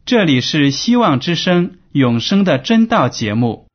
这里是希望之声永生的真道节目。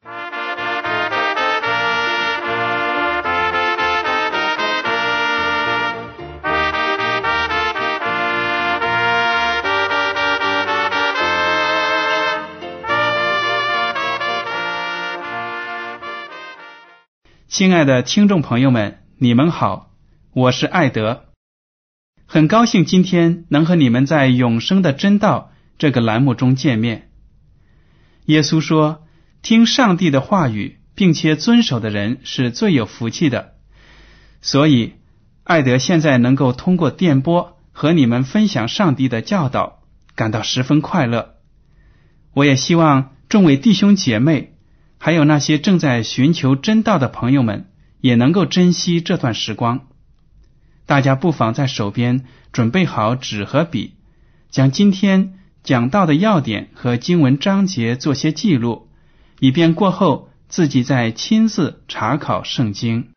亲爱的听众朋友们，你们好，我是艾德，很高兴今天能和你们在永生的真道这个栏目中见面。耶稣说，听上帝的话语并且遵守的人是最有福气的，所以艾德现在能够通过电波和你们分享上帝的教导，感到十分快乐。我也希望众位弟兄姐妹还有那些正在寻求真道的朋友们也能够珍惜这段时光。大家不妨在手边准备好纸和笔，将今天讲到的要点和经文章节做些记录，以便过后自己再亲自查考圣经。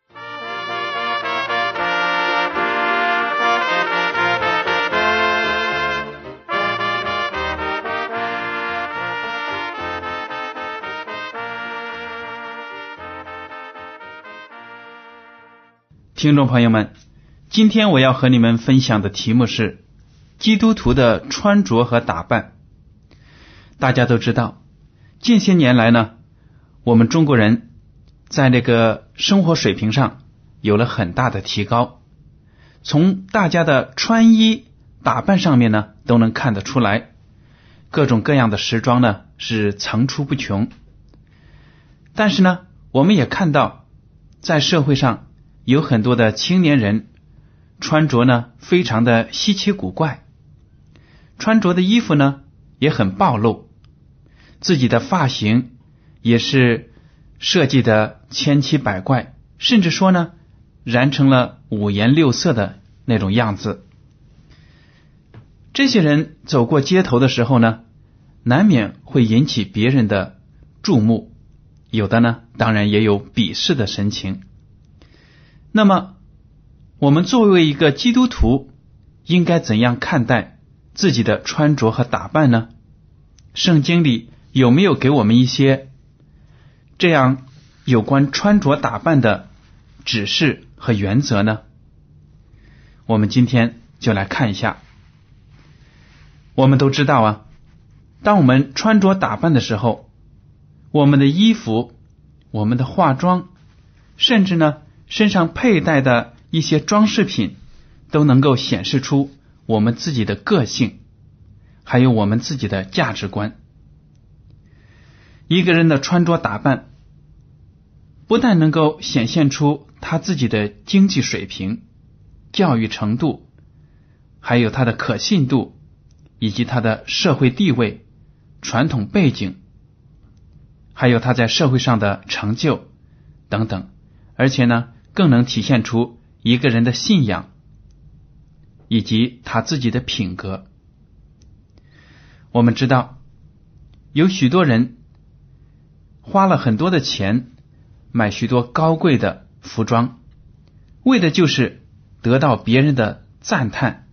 听众朋友们，今天我要和你们分享的题目是基督徒的穿着和打扮。大家都知道，近些年来呢，我们中国人在这个生活水平上有了很大的提高，从大家的穿衣打扮上面呢都能看得出来，各种各样的时装呢是层出不穷。但是呢，我们也看到在社会上有很多的青年人穿着呢非常的稀奇古怪，穿着的衣服呢也很暴露，自己的发型也是设计的千奇百怪，甚至说呢染成了五颜六色的那种样子。这些人走过街头的时候呢，难免会引起别人的注目，有的呢当然也有鄙视的神情。那么我们作为一个基督徒，应该怎样看待自己的穿着和打扮呢？圣经里有没有给我们一些这样有关穿着打扮的指示和原则呢？我们今天就来看一下。我们都知道啊，当我们穿着打扮的时候，我们的衣服、我们的化妆，甚至呢身上佩戴的一些装饰品，都能够显示出我们自己的个性，还有我们自己的价值观。一个人的穿着打扮不但能够显现出他自己的经济水平、教育程度，还有他的可信度，以及他的社会地位、传统背景，还有他在社会上的成就等等，而且呢更能体现出一个人的信仰以及他自己的品格。我们知道有许多人花了很多的钱买许多高贵的服装，为的就是得到别人的赞叹。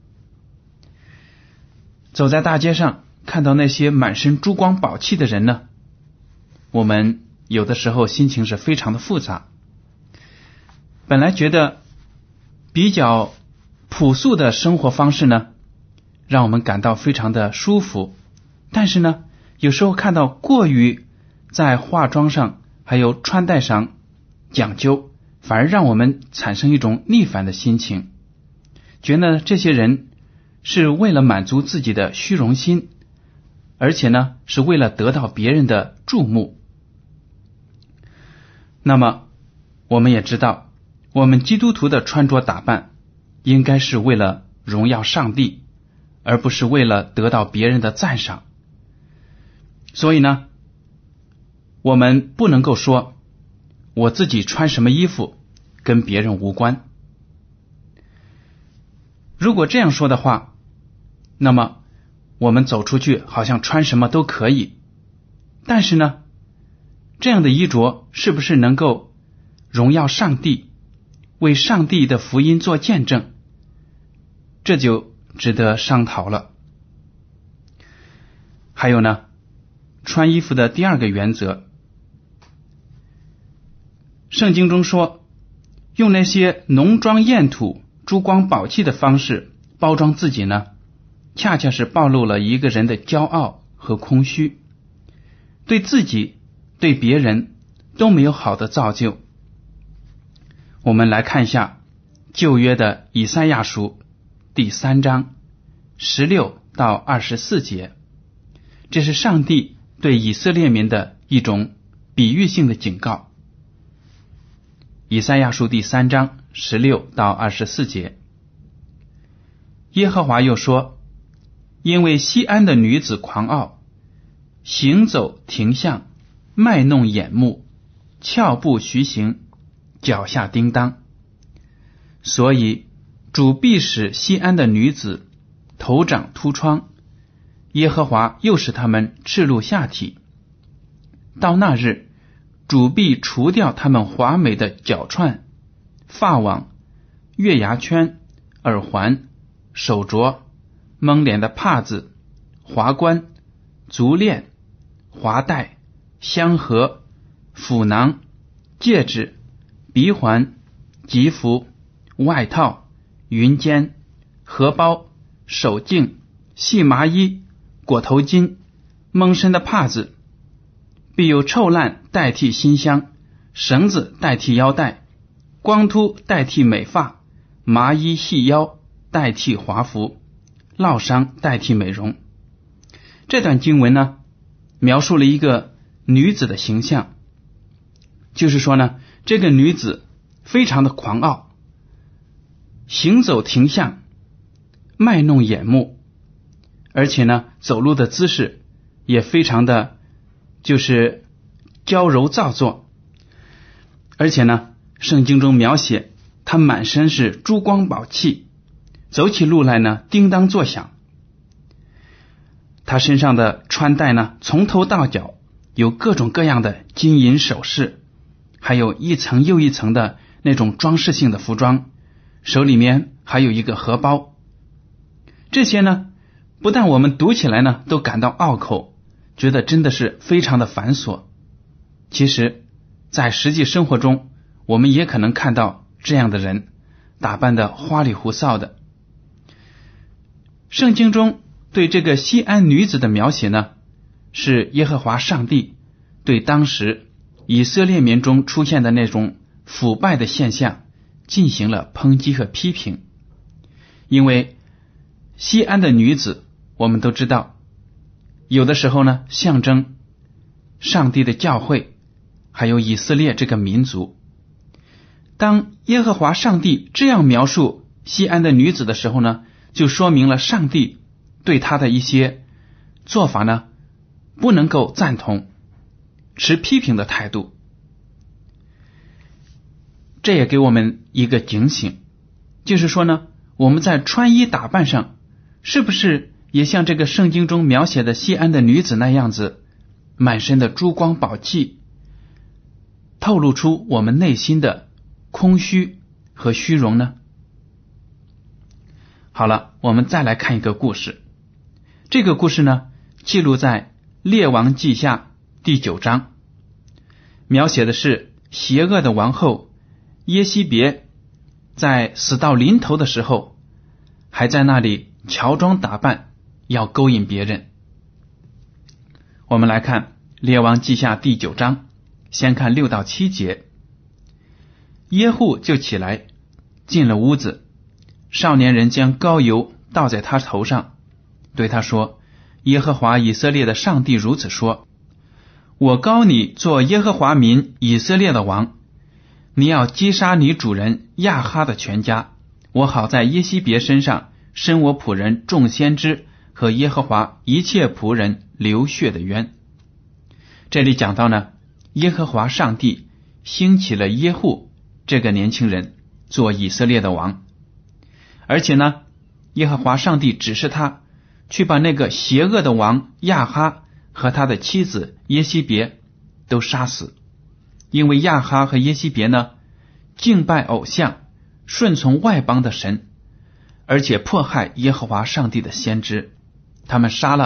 走在大街上看到那些满身珠光宝气的人呢，我们有的时候心情是非常的复杂。本来觉得比较朴素的生活方式呢，让我们感到非常的舒服，但是呢，有时候看到过于在化妆上还有穿戴上讲究，反而让我们产生一种逆反的心情，觉得这些人是为了满足自己的虚荣心，而且呢是为了得到别人的注目。那么我们也知道，我们基督徒的穿着打扮应该是为了荣耀上帝，而不是为了得到别人的赞赏。所以呢，我们不能够说我自己穿什么衣服跟别人无关。如果这样说的话，那么我们走出去好像穿什么都可以，但是呢，这样的衣着是不是能够荣耀上帝，为上帝的福音做见证，这就值得商讨了。 还有呢，穿衣服的第二个原则，圣经中说，用那些浓妆艳吐、珠光宝气的方式包装自己呢，恰恰是暴露了一个人的骄傲和空虚，对自己对别人都没有好的造就。我们来看一下旧约的以赛亚书第3章16到24节，这是上帝对以色列民的一种比喻性的警告。以赛亚书第3章16到24节，耶和华又说，因为西安的女子狂傲，行走停向，卖弄眼目，翘步徐行，脚下叮当，所以主必使西安的女子头长秃疮，耶和华又使他们赤露下体。到那日，主必除掉他们华美的脚串、发网、月牙圈、耳环、手镯、蒙脸的帕子、华冠、足链、华带、香盒、斧囊、戒指、鼻环、吉服、外套、云肩、荷包、手镜、细麻衣、裹头巾、蒙身的帕子，必有臭烂代替馨香，绳子代替腰带，光秃代替美发，麻衣细腰代替华服，烙伤代替美容。这段经文呢，描述了一个女子的形象，就是说呢，这个女子非常的狂傲，行走停向，卖弄眼目，而且呢，走路的姿势也非常的就是娇柔造作，而且呢，圣经中描写她满身是珠光宝气，走起路来呢叮当作响。她身上的穿戴呢，从头到脚有各种各样的金银首饰，还有一层又一层的那种装饰性的服装，手里面还有一个荷包。这些呢，不但我们读起来呢都感到拗口，觉得真的是非常的繁琐，其实在实际生活中，我们也可能看到这样的人，打扮得花里胡哨的。圣经中对这个西安女子的描写呢，是耶和华上帝对当时以色列民中出现的那种腐败的现象进行了抨击和批评。因为西安的女子，我们都知道，有的时候呢象征上帝的教会，还有以色列这个民族。当耶和华上帝这样描述西安的女子的时候呢，就说明了上帝对她的一些做法呢不能够赞同，持批评的态度。这也给我们一个警醒，就是说呢，我们在穿衣打扮上是不是也像这个圣经中描写的西安的女子那样子，满身的珠光宝气，透露出我们内心的空虚和虚荣呢？好了，我们再来看一个故事。这个故事呢，记录在列王记下第9章，描写的是邪恶的王后耶西别在死到临头的时候，还在那里乔装打扮，要勾引别人。我们来看列王记下第9章，先看6到7节。耶户就起来进了屋子，少年人将膏油倒在他头上，对他说，耶和华以色列的上帝如此说，我膏你做耶和华民以色列的王，你要击杀你主人亚哈的全家，我好在耶西别身上伸我仆人众先知和耶和华一切仆人流血的冤。这里讲到呢，耶和华上帝兴起了耶户这个年轻人做以色列的王，而且呢，耶和华上帝指示他去把那个邪恶的王亚哈和他的妻子耶西别都杀死。因为亚哈和耶西别呢，敬拜偶像，顺从外邦的神，而且迫害耶和华上帝的先知，他们杀了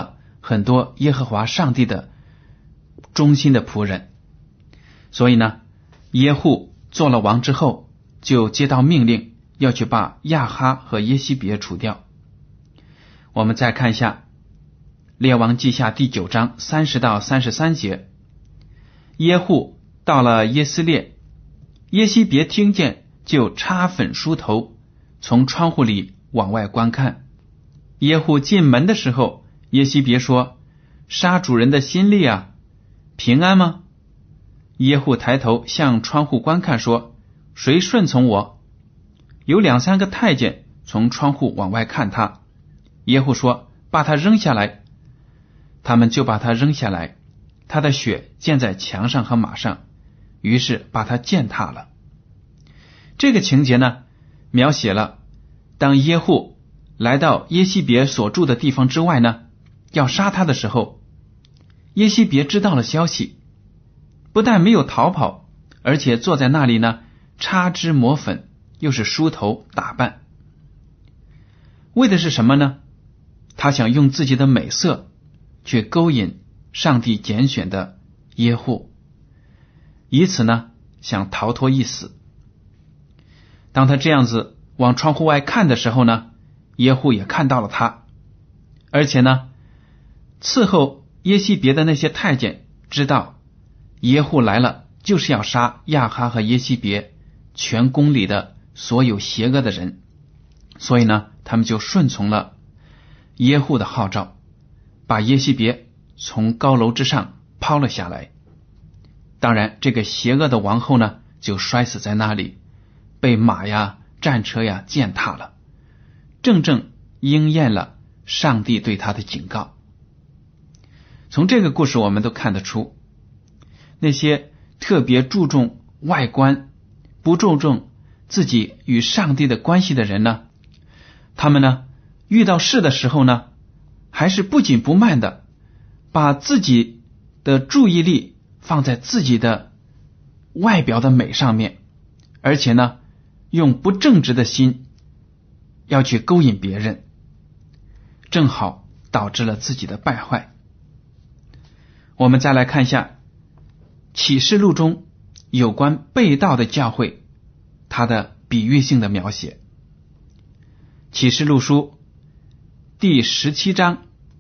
很多耶和华上帝的忠心的仆人。所以呢，耶户做了王之后，就接到命令要去把亚哈和耶西别除掉。我们再看一下列王记下第9章30到33节。耶户到了耶斯列，耶西别听见，就擦粉梳头，从窗户里往外观看。耶户进门的时候，耶西别说：杀主人的心力啊，平安吗？耶户抬头向窗户观看，说：谁顺从我？有2、3个太监从窗户往外看他。耶户说：把他扔下来。他们就把他扔下来，他的血溅在墙上和马上，于是把他践踏了。这个情节呢，描写了当耶户来到耶西别所住的地方之外呢，要杀他的时候，耶西别知道了消息，不但没有逃跑，而且坐在那里呢，擦脂抹粉，又是梳头打扮。为的是什么呢？他想用自己的美色去勾引上帝拣选的耶户，以此呢想逃脱一死。当他这样子往窗户外看的时候呢，耶户也看到了他，而且呢伺候耶西别的那些太监知道耶户来了，就是要杀亚哈和耶西别全宫里的所有邪恶的人，所以呢他们就顺从了耶户的号召，把耶西别从高楼之上抛了下来。当然这个邪恶的王后呢就摔死在那里，被马呀战车呀践踏了，正正应验了上帝对他的警告。从这个故事我们都看得出，那些特别注重外观，不注重自己与上帝的关系的人呢，他们呢遇到事的时候呢，还是不紧不慢的把自己的注意力放在自己的外表的美上面，而且呢用不正直的心要去勾引别人，正好导致了自己的败坏。我们再来看一下启示录中有关被盗的教会它的比喻性的描写。启示录书第17章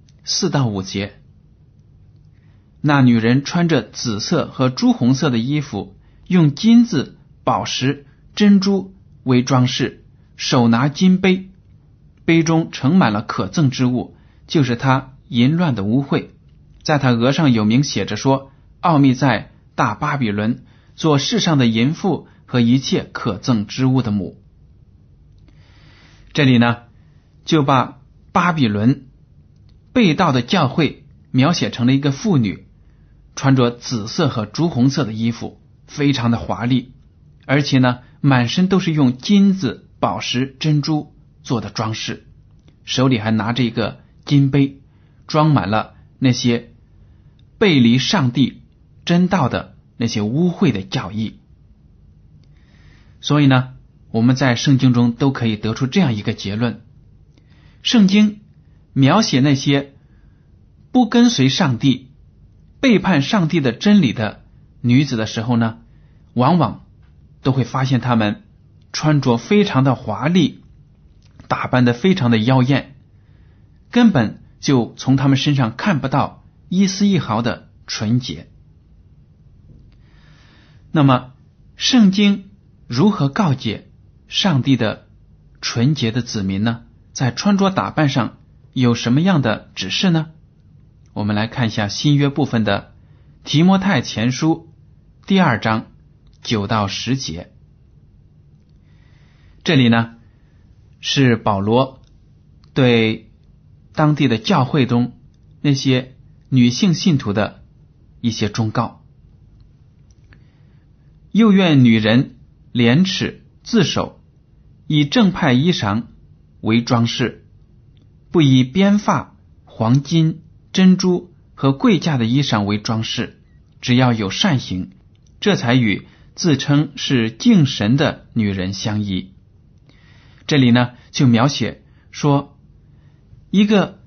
4到5节，那女人穿着紫色和朱红色的衣服，用金子、宝石、珍珠为装饰，手拿金杯，杯中盛满了可憎之物，就是她淫乱的污秽。在她额上有名写着说：奥秘在大巴比伦，做世上的淫妇和一切可憎之物的母。这里呢就把巴比伦被盗的教会描写成了一个妇女，穿着紫色和朱红色的衣服，非常的华丽，而且呢满身都是用金子、宝石、珍珠做的装饰，手里还拿着一个金杯，装满了那些背离上帝真道的那些污秽的教义。所以呢我们在圣经中都可以得出这样一个结论，圣经描写那些不跟随上帝、背叛上帝的真理的女子的时候呢，往往都会发现她们穿着非常的华丽，打扮得非常的妖艳，根本就从她们身上看不到一丝一毫的纯洁。那么圣经如何告诫上帝的纯洁的子民呢？在穿着打扮上有什么样的指示呢？我们来看一下新约部分的提摩太前书第2章9到10节。这里呢是保罗对当地的教会中那些女性信徒的一些忠告。又愿女人廉耻自守，以正派衣裳为装饰，不以编发、黄金、珍珠和贵价的衣裳为装饰，只要有善行，这才与自称是敬神的女人相宜。这里呢就描写说，一个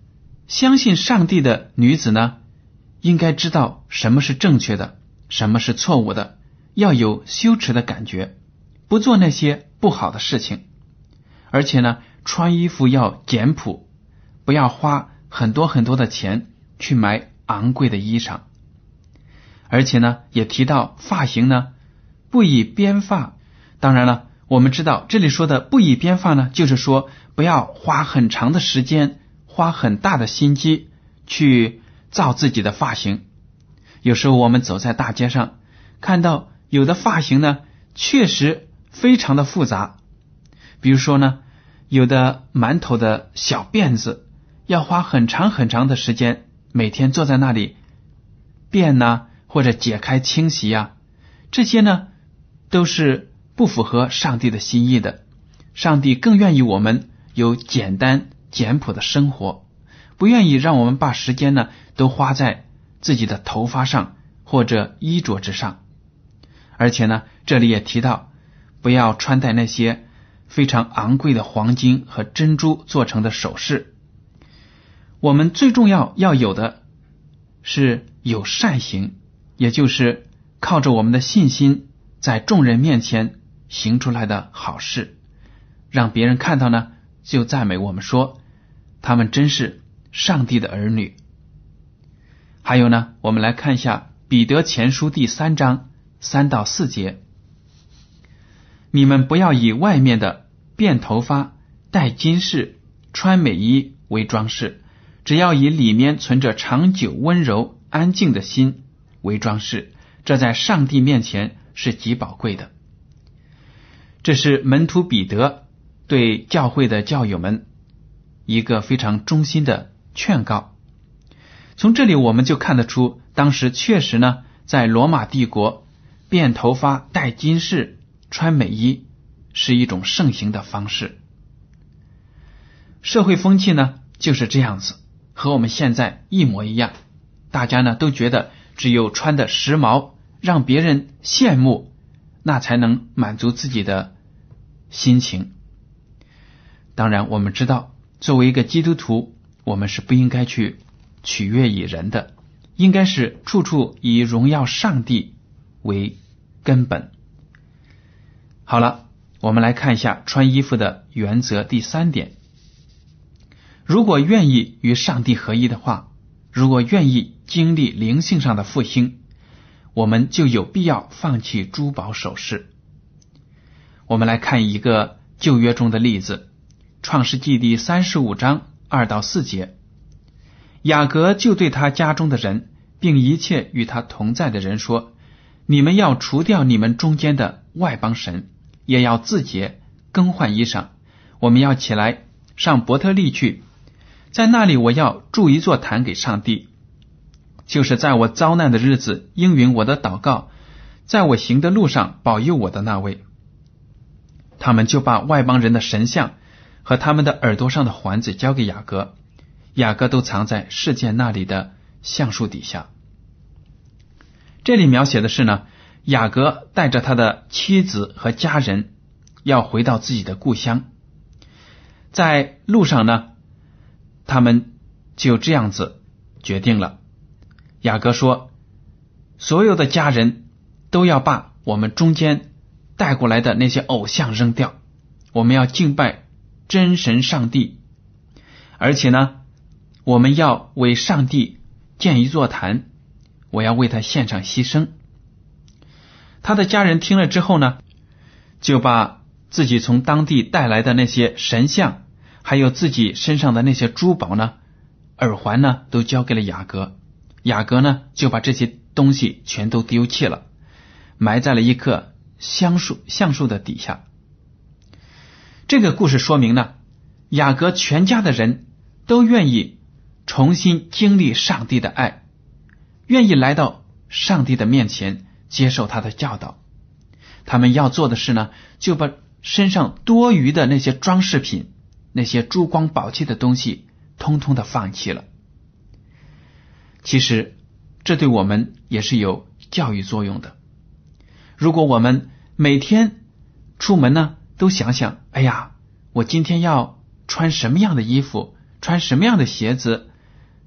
相信上帝的女子呢，应该知道什么是正确的，什么是错误的，要有羞耻的感觉，不做那些不好的事情。而且呢，穿衣服要简朴，不要花很多很多的钱去买昂贵的衣裳。而且呢，也提到发型呢，不以编发。当然了，我们知道这里说的不以编发呢，就是说不要花很长的时间，花很大的心机去造自己的发型。有时候我们走在大街上，看到有的发型呢，确实非常的复杂。比如说呢，有的满头的小辫子，要花很长很长的时间，每天坐在那里辫啊，或者解开清洗啊，这些呢都是不符合上帝的心意的。上帝更愿意我们有简单简朴的生活，不愿意让我们把时间呢都花在自己的头发上或者衣着之上。而且呢，这里也提到不要穿戴那些非常昂贵的黄金和珍珠做成的首饰。我们最重要要有的是有善行，也就是靠着我们的信心在众人面前行出来的好事，让别人看到呢就赞美我们，说他们真是上帝的儿女。还有呢，我们来看一下彼得前书第3章3到4节。你们不要以外面的辫头发、戴金饰、穿美衣为装饰，只要以里面存着长久温柔安静的心为装饰，这在上帝面前是极宝贵的。这是门徒彼得对教会的教友们一个非常衷心的劝告。从这里我们就看得出，当时确实呢，在罗马帝国，辫头发、戴金饰、穿美衣是一种盛行的方式。社会风气呢就是这样子，和我们现在一模一样。大家呢都觉得只有穿的时髦，让别人羡慕，那才能满足自己的心情。当然我们知道，作为一个基督徒，我们是不应该去取悦于人的，应该是处处以荣耀上帝为根本。好了，我们来看一下穿衣服的原则第3点。如果愿意与上帝合一的话，如果愿意经历灵性上的复兴，我们就有必要放弃珠宝首饰。我们来看一个旧约中的例子，创世纪第35章2到4节。雅各就对他家中的人并一切与他同在的人说，你们要除掉你们中间的外邦神，也要自洁，更换衣裳。我们要起来上伯特利去，在那里我要筑一座坛给上帝，就是在我遭难的日子应允我的祷告，在我行的路上保佑我的那位。他们就把外邦人的神像和他们的耳朵上的环子交给雅各，雅各都藏在示剑那里的橡树底下。这里描写的是呢，雅各带着他的妻子和家人要回到自己的故乡。在路上呢，他们就这样子决定了。雅各说，所有的家人都要把我们中间带过来的那些偶像扔掉，我们要敬拜真神上帝，而且呢，我们要为上帝建一座坛，我要为他献上牺牲。他的家人听了之后呢，就把自己从当地带来的那些神像，还有自己身上的那些珠宝呢、耳环呢，都交给了雅各。雅各呢，就把这些东西全都丢弃了，埋在了一棵橡树的底下。这个故事说明呢，雅各全家的人都愿意重新经历上帝的爱，愿意来到上帝的面前接受他的教导。他们要做的事呢，就把身上多余的那些装饰品，那些珠光宝气的东西通通的放弃了。其实这对我们也是有教育作用的。如果我们每天出门呢，都想想，哎呀，我今天要穿什么样的衣服，穿什么样的鞋子，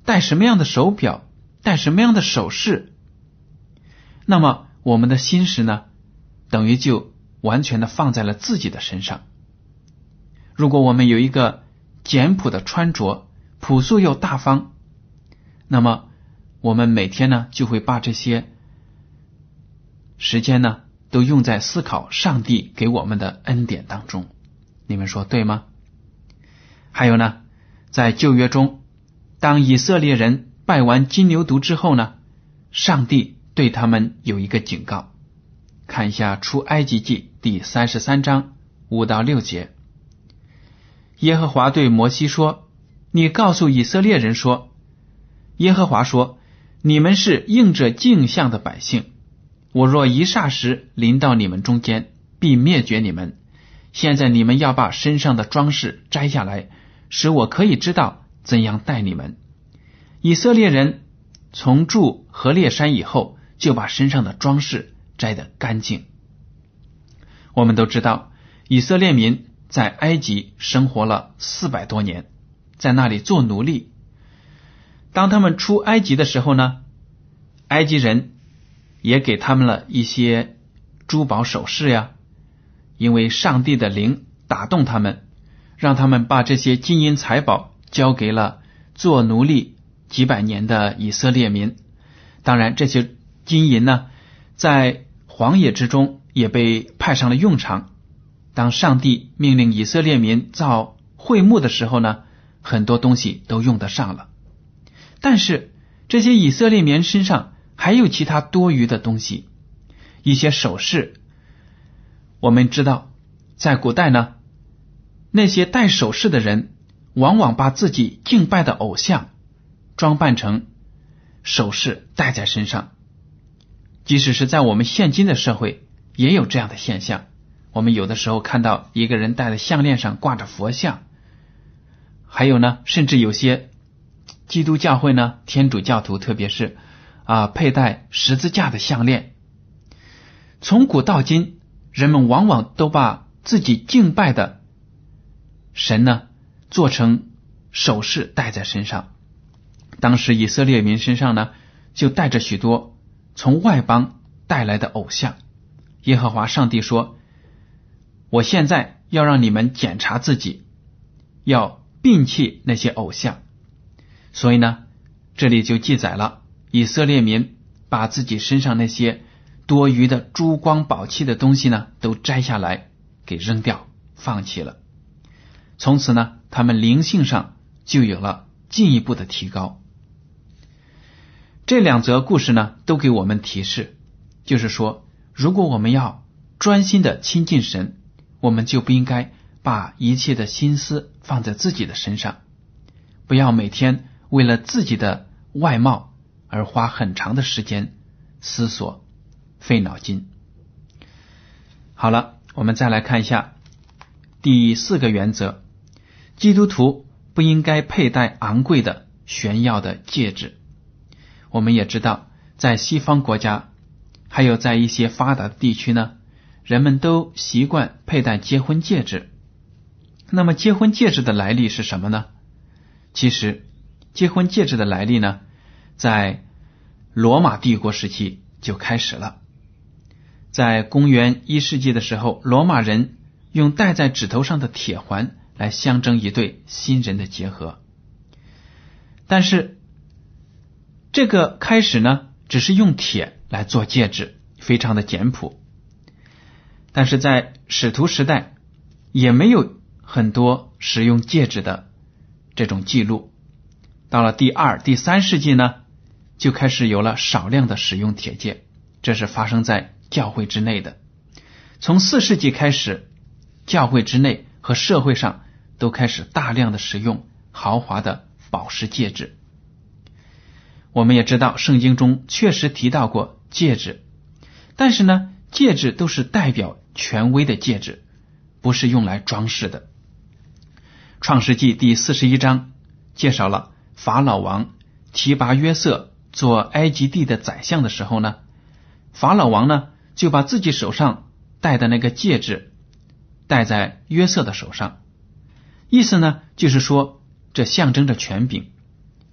戴什么样的手表，戴什么样的首饰，那么我们的心识呢，等于就完全的放在了自己的身上。如果我们有一个简朴的穿着，朴素又大方，那么我们每天呢就会把这些时间呢都用在思考上帝给我们的恩典当中。你们说对吗？还有呢，在旧约中，当以色列人拜完金牛犊之后呢，上帝对他们有一个警告。看一下出埃及记第33章5到6节。耶和华对摩西说，你告诉以色列人说，耶和华说，你们是应着镜像的百姓，我若一霎时临到你们中间，必灭绝你们。现在你们要把身上的装饰摘下来，使我可以知道怎样待你们。以色列人从住何烈山以后，就把身上的装饰摘得干净。我们都知道，以色列民在埃及生活了400多年，在那里做奴隶。当他们出埃及的时候呢，埃及人也给他们了一些珠宝首饰呀，因为上帝的灵打动他们，让他们把这些金银财宝交给了做奴隶几百年的以色列民。当然这些金银呢，在荒野之中也被派上了用场。当上帝命令以色列民造会幕的时候呢，很多东西都用得上了。但是这些以色列民身上还有其他多余的东西，一些首饰。我们知道在古代呢，那些戴首饰的人往往把自己敬拜的偶像装扮成首饰戴在身上。即使是在我们现今的社会也有这样的现象，我们有的时候看到一个人戴的项链上挂着佛像，还有呢，甚至有些基督教会呢，天主教徒特别是佩戴十字架的项链。从古到今，人们往往都把自己敬拜的神呢做成首饰戴在身上。当时以色列民身上呢就带着许多从外邦带来的偶像。耶和华上帝说，我现在要让你们检查自己，要摒弃那些偶像。所以呢，这里就记载了以色列民把自己身上那些多余的珠光宝气的东西呢都摘下来给扔掉放弃了。从此呢，他们灵性上就有了进一步的提高。这两则故事呢都给我们提示，就是说如果我们要专心的亲近神，我们就不应该把一切的心思放在自己的身上，不要每天为了自己的外貌而花很长的时间思索费脑筋。好了，我们再来看一下第4个原则，基督徒不应该佩戴昂贵的炫耀的戒指。我们也知道，在西方国家还有在一些发达的地区呢，人们都习惯佩戴结婚戒指。那么结婚戒指的来历是什么呢？其实结婚戒指的来历呢，在罗马帝国时期就开始了。在公元1世纪的时候，罗马人用戴在指头上的铁环来象征一对新人的结合。但是这个开始呢，只是用铁来做戒指，非常的简朴。但是在使徒时代也没有很多使用戒指的这种记录。到了第2、第3世纪呢，就开始有了少量的使用铁戒，这是发生在教会之内的。从4世纪开始，教会之内和社会上都开始大量的使用豪华的宝石戒指。我们也知道圣经中确实提到过戒指，但是呢，戒指都是代表权威的戒指，不是用来装饰的。创世纪第41章介绍了法老王提拔约瑟做埃及地的宰相的时候呢，法老王呢就把自己手上戴的那个戒指戴在约瑟的手上，意思呢就是说这象征着权柄。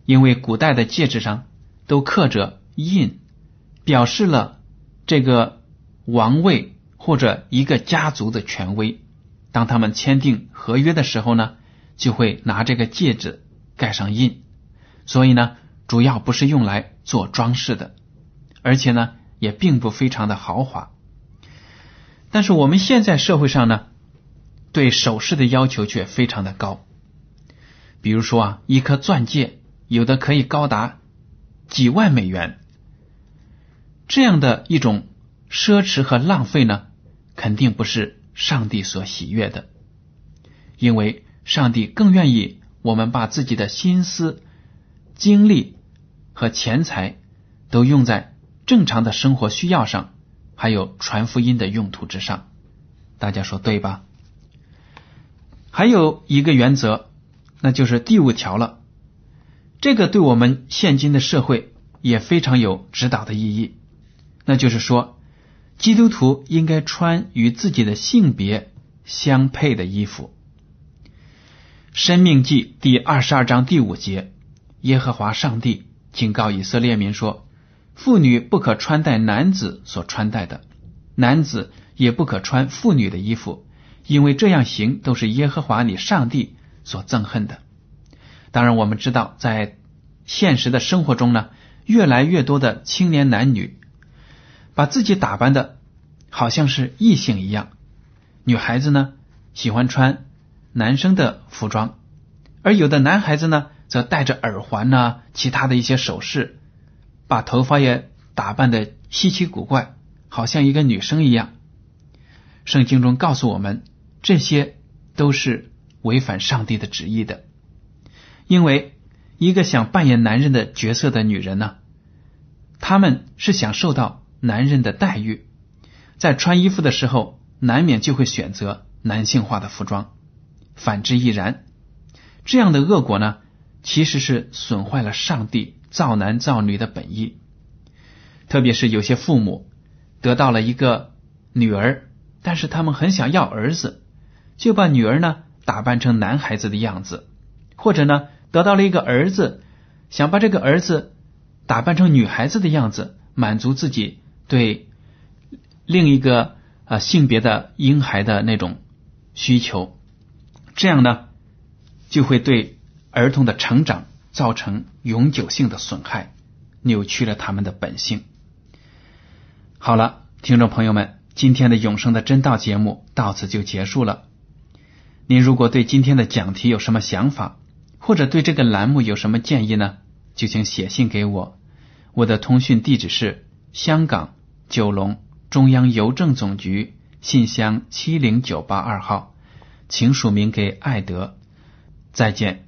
因为古代的戒指上都刻着印，表示了这个王位或者一个家族的权威。当他们签订合约的时候呢，就会拿这个戒指盖上印。所以呢，主要不是用来做装饰的，而且呢，也并不非常的豪华。但是我们现在社会上呢，对首饰的要求却非常的高。比如说一颗钻戒有的可以高达几万美元，这样的一种奢侈和浪费呢，肯定不是上帝所喜悦的。因为上帝更愿意我们把自己的心思、精力和钱财都用在正常的生活需要上，还有传福音的用途之上。大家说对吧？还有一个原则，那就是第5条了。这个对我们现今的社会也非常有指导的意义，那就是说，基督徒应该穿与自己的性别相配的衣服。申命记第22章第5节，耶和华上帝警告以色列民说，妇女不可穿戴男子所穿戴的，男子也不可穿妇女的衣服，因为这样行都是耶和华你上帝所憎恨的。当然我们知道，在现实的生活中呢，越来越多的青年男女把自己打扮的好像是异性一样。女孩子呢喜欢穿男生的服装，而有的男孩子呢则戴着耳环其他的一些首饰，把头发也打扮的稀奇古怪，好像一个女生一样。圣经中告诉我们，这些都是违反上帝的旨意的。因为一个想扮演男人的角色的女人呢，她们是想受到男人的待遇，在穿衣服的时候难免就会选择男性化的服装，反之亦然。这样的恶果呢，其实是损坏了上帝造男造女的本意。特别是有些父母得到了一个女儿，但是他们很想要儿子，就把女儿呢打扮成男孩子的样子，或者呢得到了一个儿子，想把这个儿子打扮成女孩子的样子，满足自己对另一个性别的婴孩的那种需求。这样呢就会对儿童的成长造成永久性的损害，扭曲了他们的本性。好了，听众朋友们，今天的永生的真道节目到此就结束了。您如果对今天的讲题有什么想法，或者对这个栏目有什么建议呢，就请写信给我。我的通讯地址是香港九龙中央邮政总局信箱70982号，请署名给爱德。再见。